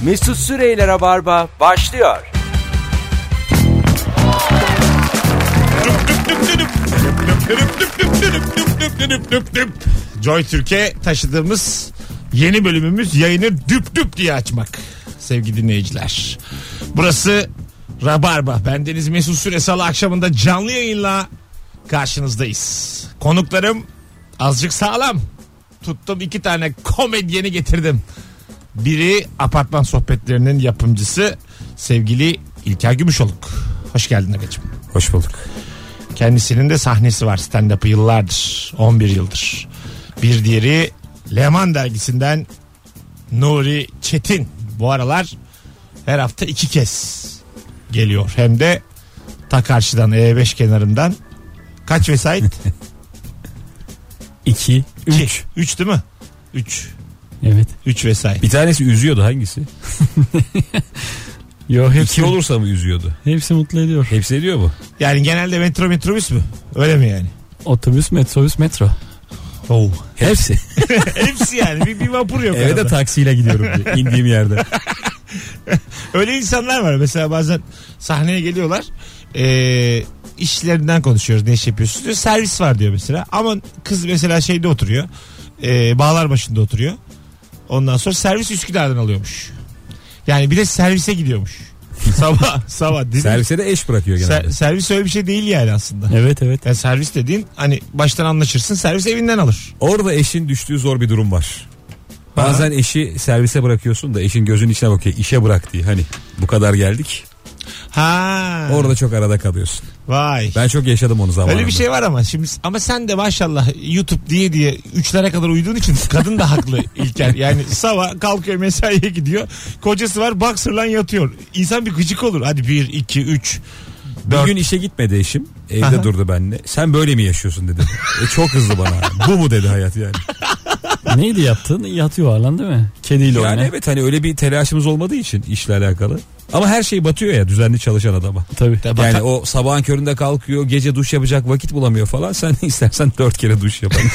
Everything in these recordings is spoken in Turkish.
Mesut Süreyler'e barba başlıyor. Joy Türkiye taşıdığımız yeni bölümümüz yayını düp düp diye açmak sevgili dinleyiciler. Burası Rabarba. Bendeniz Mesut Süre, Salı akşamında canlı yayınla karşınızdayız. Konuklarım azıcık sağlam. Tuttum 2 tane komedyeni getirdim. Biri Apartman Sohbetlerinin yapımcısı sevgili İlker Gümüşoluk. Hoş geldin Agacığım. Hoş bulduk. Kendisinin de sahnesi var, stand-up'ı yıllardır, 11 yıldır. Bir diğeri Leman dergisinden Nuri Çetin. Bu aralar her hafta 2 kez geliyor. Hem de ta karşıdan E5 kenarından. Kaç vesait? 2, 3. 3 değil mi? 3. Evet. 3 vesait. Bir tanesi üzüyordu, hangisi? Yo, hepsi 2 olursa mı üzüyordu? Hepsi mutlu ediyor. Hepsi ediyor mu? Yani genelde metrobüs mü? Öyle mi yani? Otobüs, metrobüs, metro. Oh. Hepsi. Hepsi yani. Bir vapur yok. Eve de taksiyle gidiyorum diye, indiğim yerde. Öyle insanlar var. Mesela bazen sahneye geliyorlar. İşlerinden konuşuyoruz. Ne iş yapıyorsunuz diyor. Servis var diyor mesela. Ama kız mesela şeyde oturuyor. Bağlarbaşı'nda oturuyor. Ondan sonra servis Üsküdar'dan alıyormuş. Yani bir de servise gidiyormuş. Sabah. Servise de eş bırakıyor genelde. Servis öyle bir şey değil yani aslında. Evet. Yani servis dediğin hani baştan anlaşırsın, servis evinden alır. Orada eşin düştüğü zor bir durum var. Bazen eşi servise bırakıyorsun da eşin gözünün içine bakıyor. İşe bırak diye, hani bu kadar geldik. Ha. Orada çok arada kalıyorsun. Vay. Ben çok yaşadım onu zamanında. Öyle bir şey var ama şimdi, ama sen de maşallah YouTube diye 3'lere kadar uyuduğun için kadın da haklı İlker. Yani sabah kalkıyor, mesaiye gidiyor. Kocası var, boxer'la yatıyor. İnsan bir gıcık olur. Hadi 1, 2, 3, 4. Bir gün işe gitmedi eşim. Evde durdu benimle. Sen böyle mi yaşıyorsun dedi. Çok hızlı bana. Bu mu dedi hayat yani. Neydi yaptığın? Yat yuvarlan değil mi? Kediyle yani oyna. Evet, hani öyle bir telaşımız olmadığı için işle alakalı. Ama her şey batıyor ya düzenli çalışan adama. Tabii. Yani o sabahın köründe kalkıyor, gece duş yapacak vakit bulamıyor falan. Sen istersen 4 kere duş yapalım.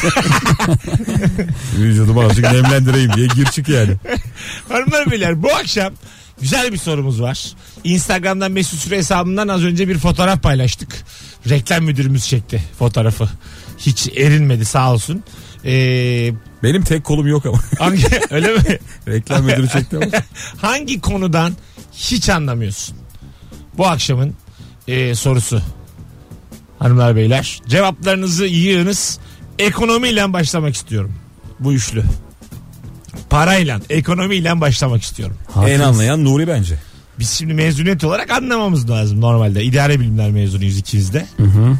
Vücudumu azıcık nemlendireyim diye gir çık yani. Hanımlar beyler, bu akşam güzel bir sorumuz var. Instagram'dan Mesut Süre hesabından az önce bir fotoğraf paylaştık. Reklam müdürümüz çekti fotoğrafı. Hiç erinmedi sağ olsun. Benim tek kolum yok ama. Öyle mi? Reklam müdürü çekti ama. Hangi konudan hiç anlamıyorsun? Bu akşamın sorusu. Hanımlar beyler, cevaplarınızı yığınız. Ekonomiyle başlamak istiyorum. Bu üçlü. Parayla, ekonomiyle başlamak istiyorum. En anlayan Nuri bence. Biz şimdi mezuniyet olarak anlamamız lazım normalde. İdare bilimler mezunuyuz ikimiz de.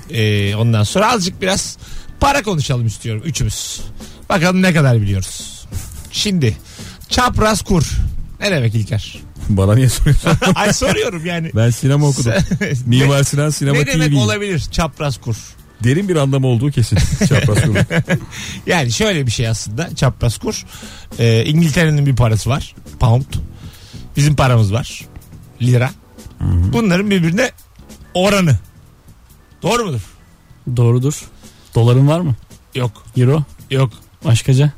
Ondan sonra azıcık biraz para konuşalım istiyorum üçümüz. Bakalım ne kadar biliyoruz. Şimdi çapraz kur. Ne demek İlker? Bana niye soruyorsun? Ay soruyorum yani. Ben sinema okudum. Mimar Sinan Sinema Ne TV. demek olabilir çapraz kur? Derin bir anlamı olduğu kesin. Çapraz kur. Yani şöyle bir şey aslında çapraz kur. İngiltere'nin bir parası var. Pound. Bizim paramız var. Lira. Bunların birbirine oranı. Doğru mudur? Doğrudur. Doların var mı? Yok. Euro? Yok. Başkaca?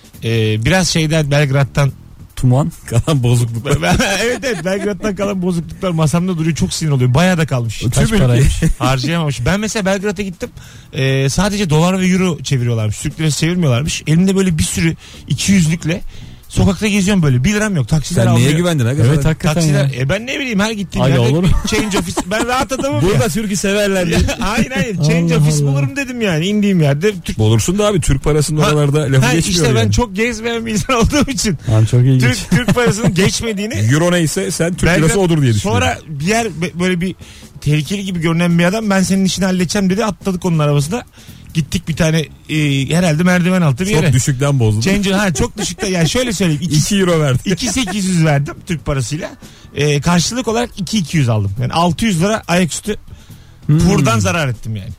Biraz şeyden, Belgrad'dan Tuman? Kalan bozukluklar. evet Belgrad'dan kalan bozukluklar masamda duruyor, çok sinir oluyor. Bayağı da kalmış. Kaç paraymış? Harcayamamış. Ben mesela Belgrad'a gittim. Sadece dolar ve euro çeviriyorlarmış. Türk lirası çevirmiyorlarmış. Elimde böyle bir sürü 200'lükle sokakta geziyorum böyle. 1 liram yok. Taksiler Sen almıyor. neye güvendin? Evet hakikaten Taksiler, ya. ben ne bileyim her gittiğim Ay, yerde olur. change office. Ben rahat adamım Burada ya. Türk'ü severler diye. Hayır change Allah office Allah. bulurum dedim yani. İndiğim yerde Türk. Olursun da abi, Türk parasının oralarda lafı geçmiyor işte yani. ben çok gezmeyen bir insan olduğum için Lan çok ilginç. Türk parasının geçmediğini Euro neyse sen Türk Belgrad- lirası odur diye düşünüyorum. Sonra bir yer böyle bir tehlikeli gibi görünen bir adam, ben senin işini halledeceğim dedi, atladık onun arabasına. Gittik bir tane herhalde merdiven altı bir yere. Çok düşükten bozdun. Çok düşükte, yani şöyle söyleyeyim. 2 euro verdi. 2.800 verdim Türk parasıyla. Karşılık olarak 2.200 aldım. Yani 600 lira ayaküstü kurdan zarar ettim yani.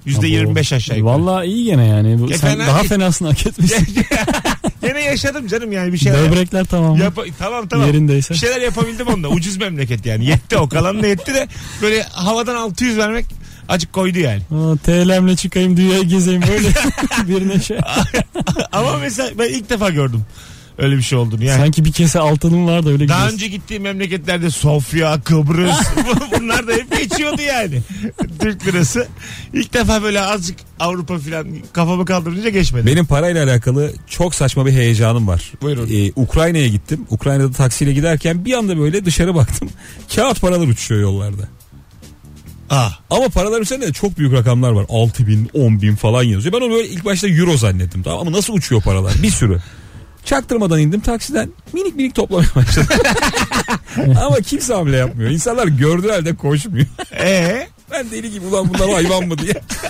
%25 aşağı yukarı. Vallahi iyi gene yani. Sen fena daha değil. fenasını hak etmişsin. Gene yaşadım canım yani bir şeyler. Böbrekler tamam. Tamam. Yerindeyse. Bir şeyler yapabildim onda. Ucuz memleket yani. Yetti, o kalan da yetti de böyle havadan 600 vermek acık koydu yani. TL'mle çıkayım dünyayı gezeyim böyle bir neşe. Ama mesela ben ilk defa gördüm. öyle bir şey olduğunu yani. Sanki bir kese altının var da öyle Daha gidiyorsun. önce gittiğim memleketlerde Sofya, Kıbrıs bunlar da hep geçiyordu yani. Türk lirası. İlk defa böyle azıcık Avrupa falan kafamı kaldırınca geçmedi. Benim parayla alakalı çok saçma bir heyecanım var. Buyurun. Ukrayna'ya gittim. Ukrayna'da taksiyle giderken bir anda böyle dışarı baktım. Kağıt paralar uçuşuyor yollarda. Ama paraların üzerinde de çok büyük rakamlar var. 6.000, 10.000 falan yazıyor. Ben onu böyle ilk başta euro zannettim. Tamam, ama nasıl uçuyor paralar? Bir sürü. Çaktırmadan indim taksiden, minik minik toplamaya başladım. Ama kimse hamle yapmıyor. İnsanlar gördüğü halde koşmuyor. Ben deli gibi ulan bunlar hayvan mı diye.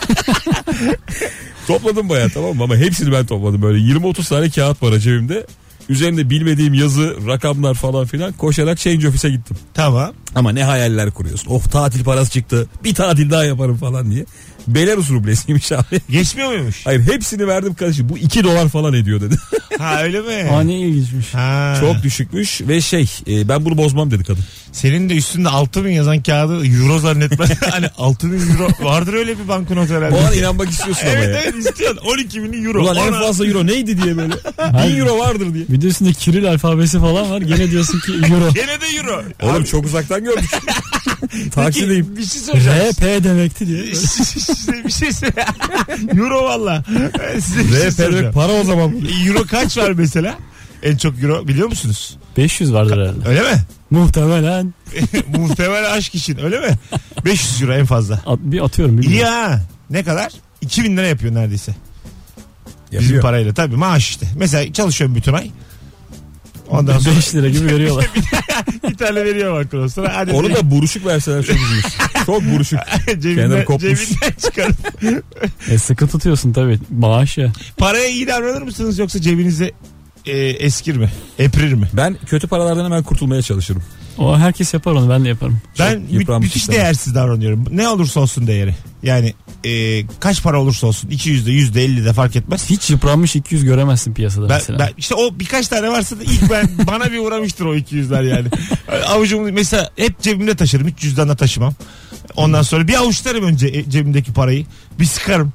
Topladım bayağı, tamam mı? Ama hepsini ben topladım. Böyle 20-30 tane kağıt para cebimde. Üzerinde bilmediğim yazı, rakamlar falan filan, koşarak change office'e gittim. Tamam. Ama ne hayaller kuruyorsun. Oh, tatil parası çıktı. Bir tatil daha yaparım falan diye. Belarus rublesiymiş abi. Geçmiyor muymuş? Hayır, hepsini verdim kardeşim. Bu $2 falan ediyor dedi. Ha, öyle mi? Aa, ne ilginçmiş. Ha. Çok düşükmüş ve ben bunu bozmam dedi kadın. Senin de üstünde 6.000 yazan kağıdı euro zannetme. Hani 6.000 euro vardır öyle bir banknot herhalde. O an inanmak istiyorsun ama ya. Evet istiyorsun. 12.000 euro. Ulan en fazla euro neydi diye böyle. 1000 euro vardır diye. Bir de üstünde Kiril alfabesi falan var. Gene diyorsun ki euro. Gene de euro. Oğlum Abi, çok uzaktan gördük. Taksideyim. bir şey soracağım. RP demekti diye. Size bir şey söyle. Euro valla. Size bir şey soracağım. para o zaman. Euro kaç var mesela? En çok euro biliyor musunuz? 500 vardır herhalde. Öyle mi? Muhtemelen. Muhtemelen aşk için öyle mi? 500 euro en fazla. Bir atıyorum. İyi ha. Ne kadar? 2.000 lira yapıyor neredeyse. Bizim parayla tabii, maaş işte. Mesela çalışıyorum bütün ay. Ondan sonra 5 lira gibi veriyorlar. bir tane veriyor bak sonra. Hadi Onu da buruşuk verseler çok üzülür. Çok buruşuk. Kendim kopmuş. cebinden çıkarıp. Sıkı tutuyorsun tabii. Maaş ya. Paraya iyi davranır mısınız yoksa cebinize eskir mi? Eprir mi? Ben kötü paralardan hemen kurtulmaya çalışırım. O herkes yapar onu, ben de yaparım. Ben yıpranmış müthiş sistem. değersiz davranıyorum. Ne olursa olsun değeri. Yani kaç para olursa olsun 200'de %50 de fark etmez. Hiç yıpranmış 200 göremezsin piyasada mesela. Ben işte o birkaç tane varsa da ilk bana bir uğramıştır o 200'ler yani. Avucumu mesela hep cebimde taşırım. Hiç cüzdanla taşımam. Ondan sonra bir avuçlarım önce cebimdeki parayı. Bir sıkarım.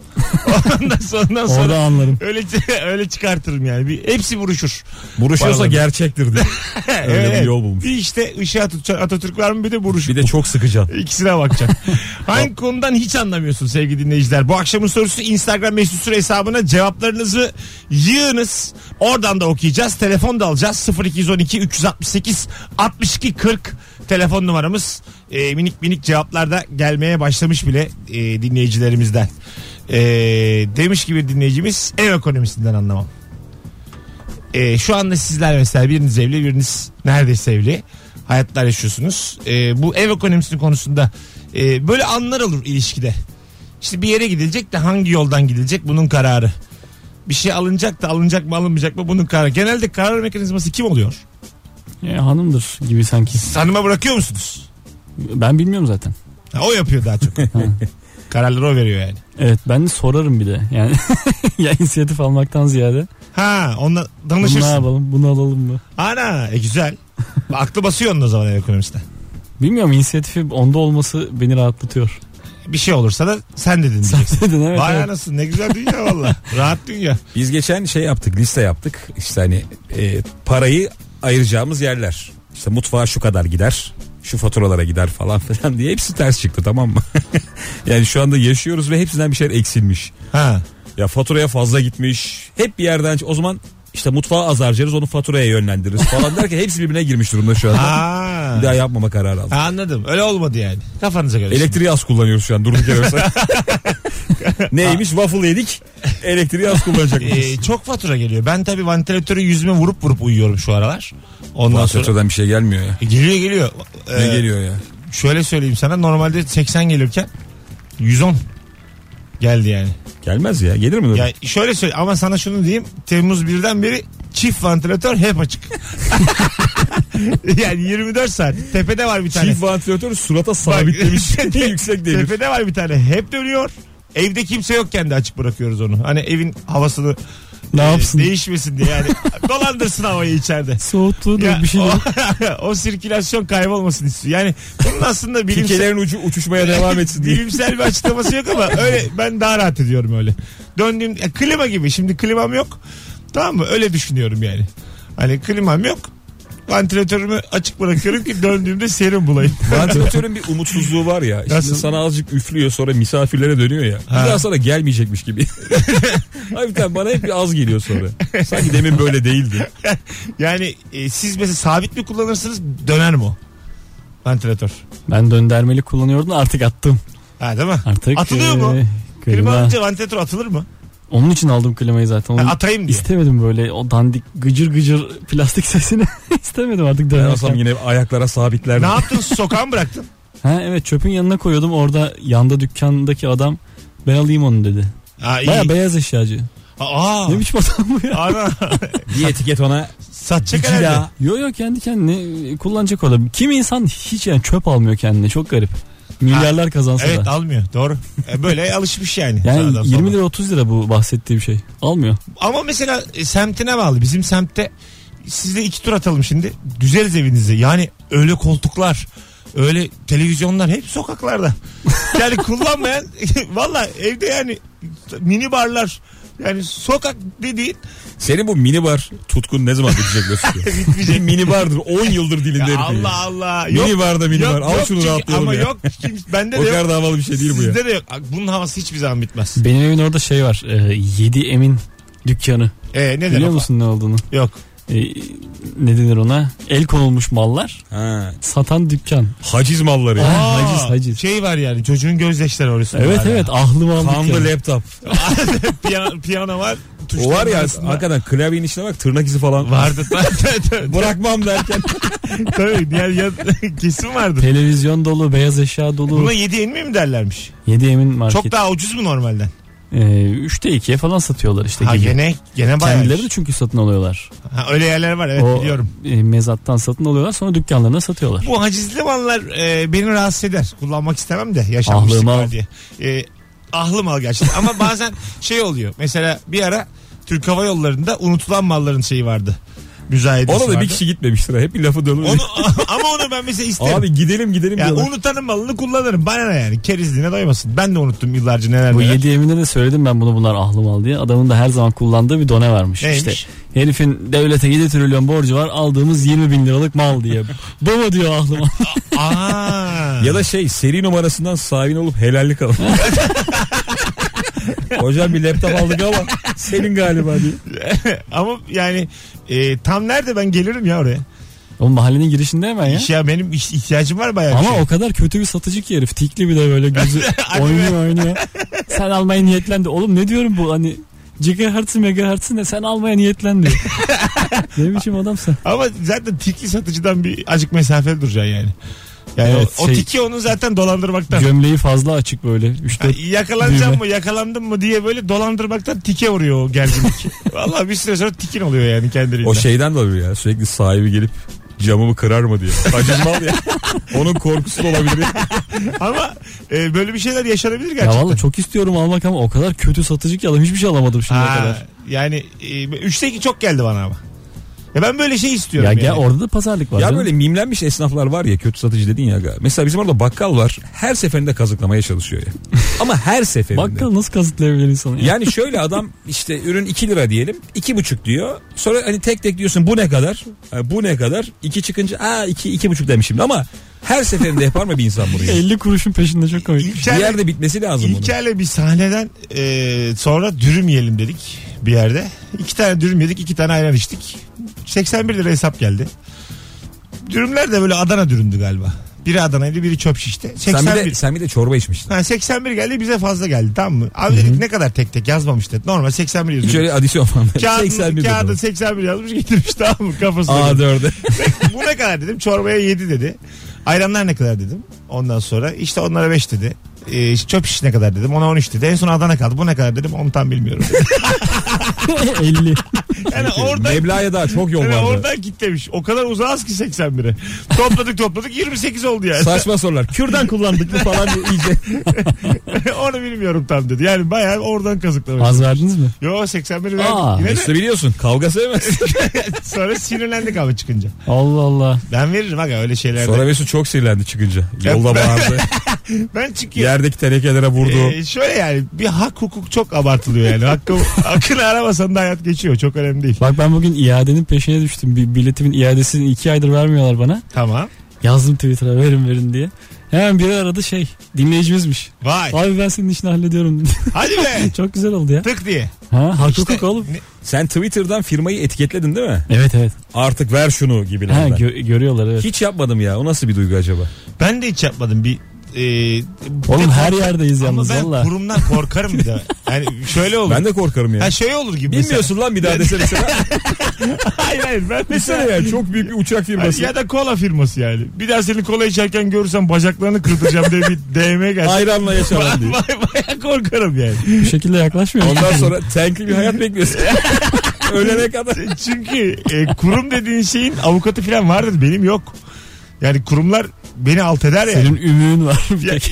Ondan sonra Orada anlarım. öyle çıkartırım yani. Hepsi buruşur. Buruşuyorsa Paraları. gerçektir diye. Öyle bir yol bulmuş. Bir işte ışığa tutacaksın Atatürk var mı, bir de buruşuk. Bir de çok sıkacaksın. İkisine bakacaksın. Hangi konudan hiç anlamıyorsun sevgili dinleyiciler? Bu akşamın sorusu Instagram mesut süre hesabına cevaplarınızı yığınız. Oradan da okuyacağız. Telefon da alacağız. 0212 368 62 40 telefon numaramız. Minik minik cevaplar da gelmeye başlamış bile dinleyicilerimizden. Demiş ki bir dinleyicimiz, ev ekonomisinden anlamam. Şu anda sizler mesela biriniz evli, biriniz neredeyse evli hayatlar yaşıyorsunuz. Bu ev ekonomisinin konusunda böyle anlar olur ilişkide. İşte bir yere gidilecek de hangi yoldan gidilecek, bunun kararı. Bir şey alınacak da alınacak mı alınmayacak mı, bunun kararı. Genelde karar mekanizması kim oluyor? Hanımdır gibi sanki. Hanıma bırakıyor musunuz? Ben bilmiyorum zaten. O yapıyor daha çok. Kararları o veriyor yani. Evet, ben de sorarım bir de. Yani ya inisiyatif almaktan ziyade. Onunla Bunu danışırsın. ne yapalım, bunu alalım mı? Ana güzel. Aklı basıyor onun o zaman ev ekonomisinde. Bilmiyorum, inisiyatifi onda olması beni rahatlatıyor. Bir şey olursa da sen dedin diyeceksin. Sen dedin, evet. Vay Evet. anasın, ne güzel dünya valla. Rahat dünya. Biz geçen yaptık, liste yaptık. İşte hani parayı ayıracağımız yerler. İşte mutfağa şu kadar gider, şu faturalara gider falan filan diye hepsi ters çıktı, tamam mı? Yani şu anda yaşıyoruz ve hepsinden bir şeyler eksilmiş. Ha. Ya faturaya fazla gitmiş. Hep bir yerden o zaman işte mutfağa az harcarız, onu faturaya yönlendiririz falan derken hepsi birbirine girmiş durumda şu anda. Bir daha yapmama kararı aldım. Anladım. Öyle olmadı yani. Kafanıza göre. Elektriği az kullanıyoruz şu an durduk yere mesela. Neymiş, waffle yedik, elektriği az kullanacakmışız. Çok fatura geliyor. Ben tabii vantilatörü yüzüme vurup uyuyorum şu aralar. Ondan sonra Vantilatörden bir şey gelmiyor ya. geliyor. Ne geliyor ya? Şöyle söyleyeyim sana, normalde 80 gelirken 110 geldi yani. Gelmez ya, gelir mi öyle? Ya şöyle söyle, ama sana şunu diyeyim, Temmuz 1'den beri çift vantilatör hep açık. Yani 24 saat. Tepede var bir tane. Çift vantilatör surata sabitlemiş. Yüksek demir. Tepede var bir tane. Hep dönüyor. Evde kimse yokken de açık bırakıyoruz onu. Hani evin havasını Ne yapsın? değişmesin diye yani. Dolandırsın havayı içeride. Soğuttuğu da Ya, bir şey yok. o sirkülasyon kaybolmasın istiyor. Yani bunun aslında Fikirlerin ucu uçuşmaya devam etsin diye. bilimsel bir açıklaması yok ama öyle, ben daha rahat ediyorum öyle. Döndüğüm klima gibi. Şimdi klimam yok. Tamam mı? Öyle düşünüyorum yani. Hani klimam yok. Vantilatörümü açık bırakıyorum ki döndüğümde serum bulayım. Vantilatörün bir umutsuzluğu var ya. Şimdi Nasıl? sana azıcık üflüyor, sonra misafirlere dönüyor ya. Bir daha sana gelmeyecekmiş gibi. Hafiften bana hep bir az geliyor sonra. Sanki demin böyle değildi. Yani siz mesela sabit mi kullanırsınız, döner mi o vantilatör? Ben döndermeli kullanıyordum, artık attım. Ha, değil mi? Artık Atılıyor mu? Klima klima. alınca vantilatör atılır mı? Onun için aldım klimayı zaten. Onu Atayım diye. İstemedim böyle o dandik gıcır gıcır plastik sesini. İstemedim artık Ben dönerken. olsam yine ayaklara sabitlerdim. Ne yaptın? Sokağa mı bıraktın? Ha evet, çöpün yanına koyuyordum, orada yanda dükkandaki adam ben alayım onu dedi. Ha, iyi. Baya beyaz eşyacı. Aa. Ne biçim adam bu ya? Ana. Bir etiket ona Satacak cila. herhalde. Yo kendi kendine kullanacak o da. Kim insan hiç yani çöp almıyor kendine, çok garip. Milyarlar kazansa Evet, da. almıyor. Doğru. Böyle alışmış yani. Yani sağdan 20 sola. lira 30 lira bu bahsettiğim şey. Almıyor. Ama mesela semtine bağlı. Bizim semtte sizde 2 tur atalım şimdi. Düzeliz evinizi. Yani öyle koltuklar, öyle televizyonlar hep sokaklarda. Yani kullanmayan valla evde yani mini barlar, yani sokak dediğin senin bu mini bar tutkun ne zaman bitecek Mesut? bitmeyecek. Mini bardır 10 yıldır dilinde Ya herifin. Allah Allah. Mini barda mini bar. Al şunu çünkü- rahatlayalım ama ya. yok. Bende O de kadar yok. da havalı bir şey değil bu ya. Sizde de yok. Bunun havası hiçbir zaman bitmez. Benim evin orada şey var. 7 Emin dükkanı. Ne Biliyor o? musun ne olduğunu? Yok. Ne denir ona? El konulmuş mallar Ha. satan dükkan. Haciz malları ya. Aa, haciz. Şey var yani, çocuğun gözyaşları orası. Evet var evet, ahlı mal Kanlı dükkanı. laptop. Piyano var. O var ya arasında. hakikaten klavyenin içine bak, tırnak izi falan. Vardı. Bırakmam derken. Tabii diğer kesim vardır. Televizyon dolu, beyaz eşya dolu. Buna 7 elmi mi derlermiş? 7 Emin market. Çok daha ucuz mu normalden? 3'te 2'ye falan satıyorlar işte Ha, gibi. gene bayağı. Kendileri de çünkü satın alıyorlar. Ha, öyle yerler var, evet, O biliyorum. mezattan satın alıyorlar, sonra dükkanlarına satıyorlar. Bu hacizli mallar beni rahatsız eder. Kullanmak istemem de, yaşanmışlık Ahlı mal. var diye. Ahlı mal gerçekten. Ama bazen şey oluyor. Mesela bir ara Türk Hava Yolları'nda unutulan malların şeyi vardı. Müzayedesi Ona da vardı. bir kişi gitmemiştir. Hep bir lafı dolu. Ama onu ben mesela isterim. Abi gidelim Ya diyorlar. unutanın malını kullanırım. Bana ne yani? Kerizliğine doymasın. Ben de unuttum yıllarca neler Bu neler. 7 Emin'de de söyledim ben bunu, bunlar ahlı mal diye. Adamın da her zaman kullandığı bir done varmış. Neymiş? İşte herifin devlete 7 trilyon borcu var, aldığımız 20 bin liralık mal diye. Bu mu diyor ahlı mal? Aa. Ya da seri numarasından sahibin olup helallik alın. Hocam bir laptop aldık ama senin galiba diye. Ama yani tam nerede, ben gelirim ya oraya. O mahallenin girişinde hemen ya. Ya benim ihtiyacım var bayağı. Ama bir şey. o kadar kötü bir satıcı ki herif. Tikli bir de böyle gözü Hadi oynuyor. Sen almaya niyetlendi. Oğlum ne diyorum bu, hani gigahertz'i megahertz'i ne, sen almaya niyetlendi. Ne biçim adamsın. Ama zaten tikli satıcıdan bir acık mesafeli duracaksın yani. Yani Evet, o tiki onu zaten dolandırmaktan. Gömleği fazla açık böyle. 3-4 Yakalanacağım düğme. mı, yakalandım mı diye böyle dolandırmaktan tike vuruyor o gerginlik. Vallahi bir süre sonra tikin oluyor yani kendiliğinden. O şeyden de oluyor ya, sürekli sahibi gelip camımı kırar mı diye. Haciz mal ya. Onun korkusu da olabilir. Ama böyle bir şeyler yaşanabilir Ya gerçekten. valla çok istiyorum almak ama o kadar kötü satıcı ki adam, hiçbir şey alamadım şimdiye kadar. Yani 3'te 2 çok geldi bana ama. Ya ben böyle şey istiyorum. Ya yani. gel, orada da pazarlık var. Ya canım. böyle mimlenmiş esnaflar var ya, kötü satıcı dedin ya. Mesela bizim orada bakkal var. Her seferinde kazıklamaya çalışıyor ya. Ama her seferinde. Bakkal nasıl kazıklayabilir insanı ya? Yani şöyle adam işte ürün 2 lira diyelim, 2,5 diyor. Sonra hani tek tek diyorsun bu ne kadar? Bu ne kadar? 2 çıkınca 2,5 demişim ama her seferinde yapar mı bir insan bunu? Ya? 50 kuruşun peşinde, çok komik. Bir yerde bitmesi lazım bunun. İlker'le bir sahneden sonra dürüm yiyelim dedik bir yerde. 2 tane dürüm yedik, 2 tane ayran içtik. 81 lira hesap geldi. Dürümler de böyle Adana dürümdü galiba. Biri Adana'ydı, biri çöp şişti. 81. Sen bir de çorba içmiştin. 81 geldi, bize fazla geldi, tamam mı? Abi dedik ne kadar tek tek yazmamış dedi. Normal 81 yazıyor. Hiç öyle adisyon falan. 81 Kağıda dedi. 81 yazmış, getirmiş, tamam mı, kafasına. A4'e. Bu ne kadar dedim, çorbaya 7 dedi. Ayranlar ne kadar dedim. Ondan sonra işte onlara 5 dedi. Çöp şiş ne kadar dedim, ona 13 dedi. En son Adana kaldı, bu ne kadar dedim, onu tam bilmiyorum. 50. Yani orada Meblağa daha çok yol yani vardı. oradan kitlemiş. O kadar uzağız ki 81'e. Topladık 28 oldu yani. Saçma sorular. Kürdan kullandık mı falan diye iyice. Onu bilmiyorum tam dedi. Yani bayağı oradan kazıklamış. Az verdiniz mi? Yo 81 verdik. Aa. Yine de İşte biliyorsun kavga sevmez. sonra sinirlendik ama çıkınca. Allah Allah. Ben veririm aga öyle şeylerde. Sonra Mesut çok sinirlendi çıkınca. Yolda bağırdı. Ben çünkü Yerdeki tenekelere vurdu. şöyle yani bir hak hukuk çok abartılıyor yani. Hakkını aramasan da hayat geçiyor. Çok önemli değil. Bak ben bugün iadenin peşine düştüm. Bir biletimin iadesini 2 aydır vermiyorlar bana. Tamam. Yazdım Twitter'a verin diye. Hemen biri aradı dinleyicimizmiş. Vay. Abi ben senin işini hallediyorum. Hadi be. Çok güzel oldu ya. Tık diye. Ha, hak İşte, hukuk oğlum. Sen Twitter'dan firmayı etiketledin değil mi? Evet. Artık ver şunu gibilerden. Görüyorlar evet. Hiç yapmadım ya. O nasıl bir duygu acaba? Ben de hiç yapmadım. Oğlum her yerdeyiz ama yalnız ben valla. kurumdan korkarım bir daha. Yani şöyle olur. Ben de korkarım ya. Ha şey olur gibi. Bilmiyorsun lan bir daha desene sana. Hayır ben Mesela yani çok büyük bir uçak firması. ya da kola firması yani. Bir daha seni kola içerken görürsem bacaklarını kırpacağım diye bir DM gelsin. Ayranla yaşanan diye. Baya korkarım yani. Bu şekilde yaklaşmıyor. Ondan sonra tankli bir hayat bekliyorsun. Ölene kadar. Çünkü kurum dediğin şeyin avukatı falan vardır. Benim yok. Yani kurumlar beni alt eder yani. Senin ümüğün var.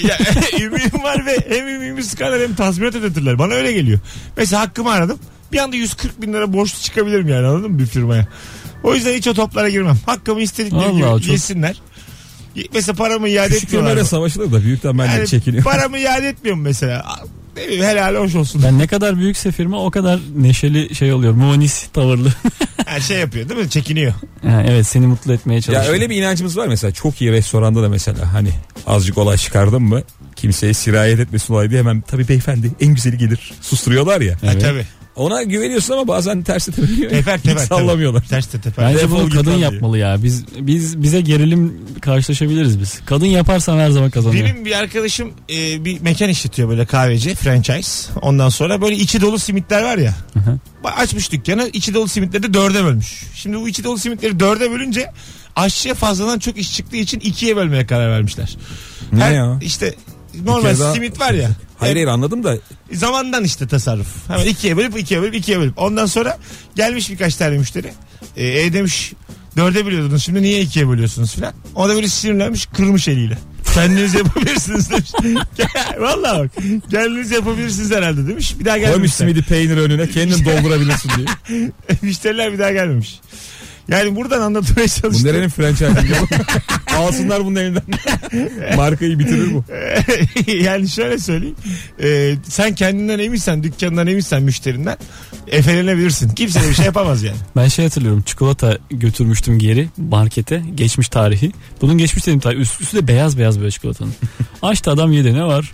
Ümüğüm var ve hem ümüğümü sıkarlar hem tazminat ödetirler. Bana öyle geliyor. Mesela hakkımı aradım. Bir anda 140 bin lira borçlu çıkabilirim yani, anladın mı, bir firmaya. O yüzden hiç o toplara girmem. Hakkımı istedikleri gibi yesinler. Mesela paramı iade Küçük etmiyorlar. firmayla savaşılır da büyükten ben yani de çekiniyorum. Paramı iade etmiyorum mesela. Ne bileyim, helal hoş olsun. Ben ne kadar büyükse firma o kadar neşeli şey oluyor. Munis tavırlı. Yani şey yapıyor değil mi? Çekiniyor. Ha, evet, seni mutlu etmeye çalışıyor. Ya öyle bir inancımız var mesela, çok iyi restoranda da mesela hani azıcık olay çıkardın mı kimseye sirayet etmesin olay diye hemen tabii beyefendi en güzeli gelir susturuyorlar ya. Evet. Tabii. Ona güveniyorsun ama bazen ters tepebiliyor. Teper. Sallamıyorlar. Ters teper. Bence bunu kadın yapmalı ya. Bize gerilim karşılaşabiliriz biz. Kadın yaparsan her zaman kazanıyor. Benim bir arkadaşım bir mekan işletiyor, böyle kahveci, franchise. Ondan sonra böyle içi dolu simitler var ya. Açmış dükkanı, içi dolu simitleri de 4'e bölmüş. Şimdi bu içi dolu simitleri 4'e bölünce aşçıya fazladan çok iş çıktığı için 2'ye bölmeye karar vermişler. Ne ya? İşte normal simit var ya. Hayır anladım da. Zamandan işte tasarruf. Hemen 2'ye bölüp. Ondan sonra gelmiş birkaç tane müşteri. Demiş 4'e bölüyordunuz, şimdi niye 2'ye bölüyorsunuz filan. O da böyle sinirlenmiş, kırmış eliyle. Kendiniz yapabilirsiniz demiş. Vallahi bak, kendiniz yapabilirsiniz herhalde demiş. Bir daha gelmemişler. Koymuş simidi peynir önüne, kendin doldurabilirsin diye. Müşteriler bir daha gelmemiş. Yani buradan anlatmaya çalıştım. Bu nerenin franchise? Alsınlar bunun elinden. Markayı bitirir bu. Yani şöyle söyleyeyim. Sen kendinden eminsen, dükkanından eminsen, müşterinden efelenebilirsin. Kimse de bir şey yapamaz yani. Ben hatırlıyorum, çikolata götürmüştüm geri markete, geçmiş tarihi. Bunun geçmiş dediğim tarihi, üstü de beyaz böyle çikolatanın. Açtı adam, yedi, ne var?